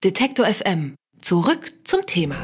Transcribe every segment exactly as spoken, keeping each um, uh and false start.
Detektor F M. Zurück zum Thema.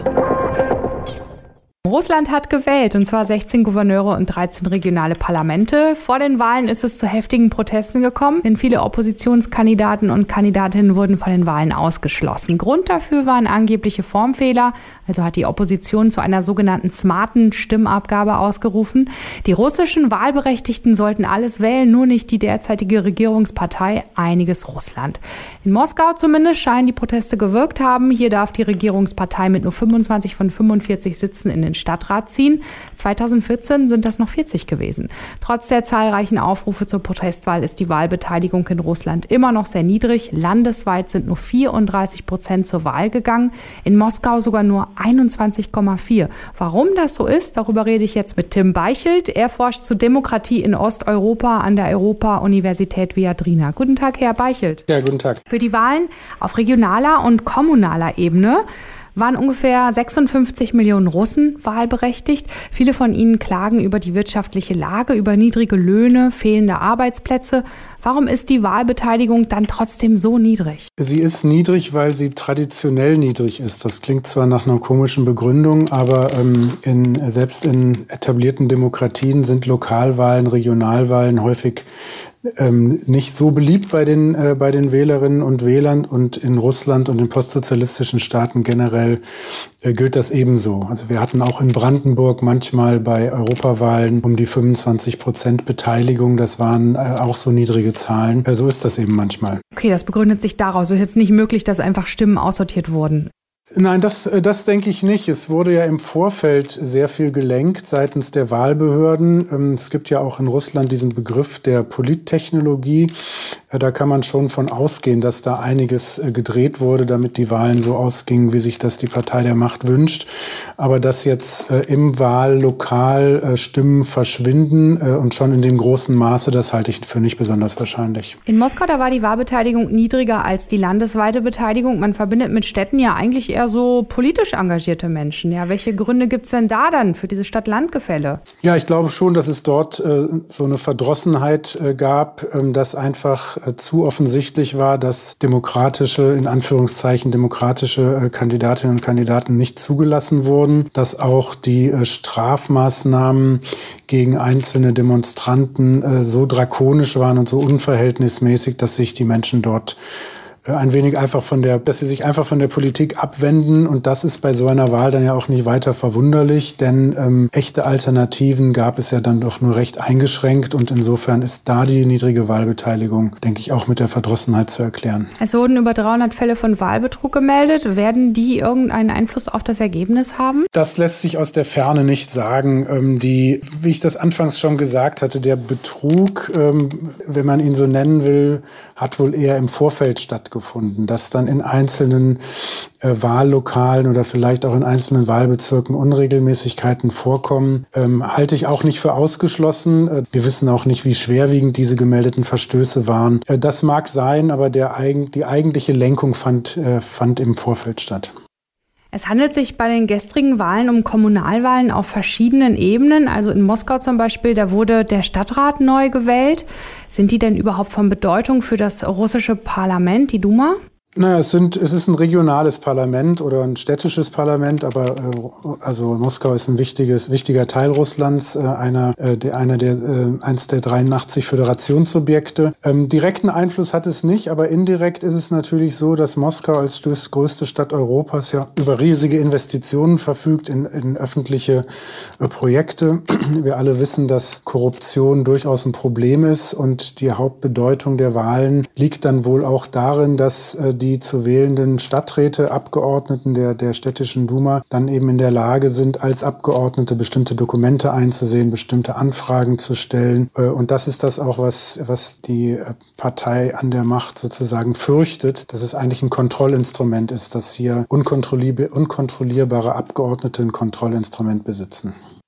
Russland hat gewählt, und zwar sechzehn Gouverneure und dreizehn regionale Parlamente. Vor den Wahlen ist es zu heftigen Protesten gekommen, denn viele Oppositionskandidaten und Kandidatinnen wurden von den Wahlen ausgeschlossen. Grund dafür waren angebliche Formfehler, also hat die Opposition zu einer sogenannten smarten Stimmabgabe ausgerufen. Die russischen Wahlberechtigten sollten alles wählen, nur nicht die derzeitige Regierungspartei Einiges Russland. In Moskau zumindest scheinen die Proteste gewirkt haben. Hier darf die Regierungspartei mit nur fünfundzwanzig von fünfundvierzig Sitzen in den Stadtrat ziehen. zweitausendvierzehn sind das noch vierzig gewesen. Trotz der zahlreichen Aufrufe zur Protestwahl ist die Wahlbeteiligung in Russland immer noch sehr niedrig. Landesweit sind nur vierunddreißig Prozent zur Wahl gegangen, in Moskau sogar nur einundzwanzig Komma vier. Warum das so ist, darüber rede ich jetzt mit Tim Beichelt. Er forscht zu Demokratie in Osteuropa an der Europa-Universität Viadrina. Guten Tag, Herr Beichelt. Ja, guten Tag. Für die Wahlen auf regionaler und kommunaler Ebene waren ungefähr sechsundfünfzig Millionen Russen wahlberechtigt. Viele von ihnen klagen über die wirtschaftliche Lage, über niedrige Löhne, fehlende Arbeitsplätze. Warum ist die Wahlbeteiligung dann trotzdem so niedrig? Sie ist niedrig, weil sie traditionell niedrig ist. Das klingt zwar nach einer komischen Begründung, aber ähm, in, selbst in etablierten Demokratien sind Lokalwahlen, Regionalwahlen häufig ähm, nicht so beliebt bei den, äh, bei den Wählerinnen und Wählern. Und in Russland und in postsozialistischen Staaten generell äh, gilt das ebenso. Also wir hatten auch in Brandenburg manchmal bei Europawahlen um die fünfundzwanzig Prozent Beteiligung. Das waren äh, auch so niedrige Zahlen. So ist das eben manchmal. Okay, das begründet sich daraus. Es ist jetzt nicht möglich, dass einfach Stimmen aussortiert wurden. Nein, das, das denke ich nicht. Es wurde ja im Vorfeld sehr viel gelenkt seitens der Wahlbehörden. Es gibt ja auch in Russland diesen Begriff der Polittechnologie. Da kann man schon von ausgehen, dass da einiges gedreht wurde, damit die Wahlen so ausgingen, wie sich das die Partei der Macht wünscht. Aber dass jetzt im Wahllokal Stimmen verschwinden und schon in dem großen Maße, das halte ich für nicht besonders wahrscheinlich. In Moskau, da war die Wahlbeteiligung niedriger als die landesweite Beteiligung. Man verbindet mit Städten ja eigentlich eher so politisch engagierte Menschen. Ja, welche Gründe gibt es denn da dann für dieses Stadt-Land-Gefälle? Ja, ich glaube schon, dass es dort äh, so eine Verdrossenheit äh, gab, ähm, dass einfach äh, zu offensichtlich war, dass demokratische, in Anführungszeichen demokratische äh, Kandidatinnen und Kandidaten nicht zugelassen wurden, dass auch die äh, Strafmaßnahmen gegen einzelne Demonstranten äh, so drakonisch waren und so unverhältnismäßig, dass sich die Menschen dort ein wenig einfach von der, dass sie sich einfach von der Politik abwenden. Und das ist bei so einer Wahl dann ja auch nicht weiter verwunderlich, denn ähm, echte Alternativen gab es ja dann doch nur recht eingeschränkt. Und insofern ist da die niedrige Wahlbeteiligung, denke ich, auch mit der Verdrossenheit zu erklären. Es wurden über dreihundert Fälle von Wahlbetrug gemeldet. Werden die irgendeinen Einfluss auf das Ergebnis haben? Das lässt sich aus der Ferne nicht sagen. Ähm, die, wie ich das anfangs schon gesagt hatte, der Betrug, ähm, wenn man ihn so nennen will, hat wohl eher im Vorfeld stattgefunden. gefunden, dass dann in einzelnen äh, Wahllokalen oder vielleicht auch in einzelnen Wahlbezirken Unregelmäßigkeiten vorkommen, ähm, halte ich auch nicht für ausgeschlossen. Äh, wir wissen auch nicht, wie schwerwiegend diese gemeldeten Verstöße waren. Äh, das mag sein, aber der, die eigentliche Lenkung fand, äh, fand im Vorfeld statt. Es handelt sich bei den gestrigen Wahlen um Kommunalwahlen auf verschiedenen Ebenen. Also in Moskau zum Beispiel, da wurde der Stadtrat neu gewählt. Sind die denn überhaupt von Bedeutung für das russische Parlament, die Duma? Naja, es, sind, es ist ein regionales Parlament oder ein städtisches Parlament, aber äh, also Moskau ist ein wichtiges, wichtiger Teil Russlands, äh, einer, äh, der, einer der, äh, eins der dreiundachtzig Föderationssubjekte. Ähm, direkten Einfluss hat es nicht, aber indirekt ist es natürlich so, dass Moskau als größte Stadt Europas ja über riesige Investitionen verfügt in, in öffentliche äh, Projekte. Wir alle wissen, dass Korruption durchaus ein Problem ist und die Hauptbedeutung der Wahlen liegt dann wohl auch darin, dass äh, die zu wählenden Stadträte, Abgeordneten der, der städtischen Duma dann eben in der Lage sind, als Abgeordnete bestimmte Dokumente einzusehen, bestimmte Anfragen zu stellen. Und das ist das auch, was, was die Partei an der Macht sozusagen fürchtet, dass es eigentlich ein Kontrollinstrument ist, dass hier unkontrollierbare Abgeordnete ein Kontrollinstrument besitzen.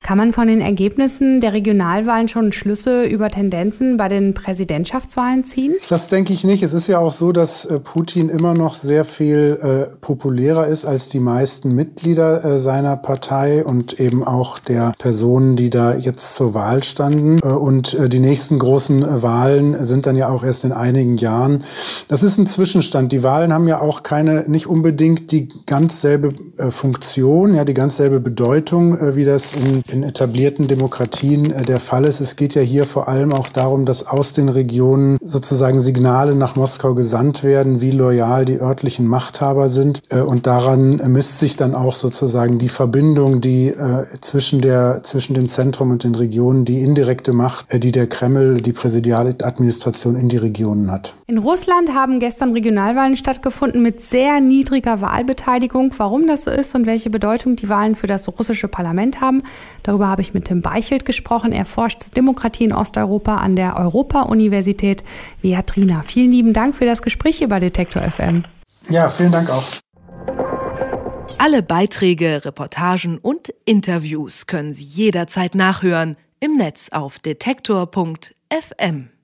Kann man von den Ergebnissen der Regionalwahlen schon Schlüsse über Tendenzen bei den Präsidentschaftswahlen ziehen? Das denke ich nicht. Es ist ja auch so, dass äh, Putin immer noch sehr viel äh, populärer ist als die meisten Mitglieder äh, seiner Partei und eben auch der Personen, die da jetzt zur Wahl standen. Äh, und äh, die nächsten großen äh, Wahlen sind dann ja auch erst in einigen Jahren. Das ist ein Zwischenstand. Die Wahlen haben ja auch keine, nicht unbedingt die ganz selbe äh, Funktion, ja, die ganz selbe Bedeutung, äh, wie das in in etablierten Demokratien äh, der Fall ist. Es geht ja hier vor allem auch darum, dass aus den Regionen sozusagen Signale nach Moskau gesandt werden, wie loyal die örtlichen Machthaber sind. Äh, und daran äh, misst sich dann auch sozusagen die Verbindung, die äh, zwischen der, zwischen dem Zentrum und den Regionen, die indirekte Macht, äh, die der Kreml, die Präsidialadministration in die Regionen hat. In Russland haben gestern Regionalwahlen stattgefunden mit sehr niedriger Wahlbeteiligung. Warum das so ist und welche Bedeutung die Wahlen für das russische Parlament haben, darüber habe ich mit Tim Beichelt gesprochen. Er forscht zur Demokratie in Osteuropa an der Europa-Universität Viadrina. Vielen lieben Dank für das Gespräch hier bei Detektor F M. Ja, vielen Dank auch. Alle Beiträge, Reportagen und Interviews können Sie jederzeit nachhören im Netz auf detektor punkt f m.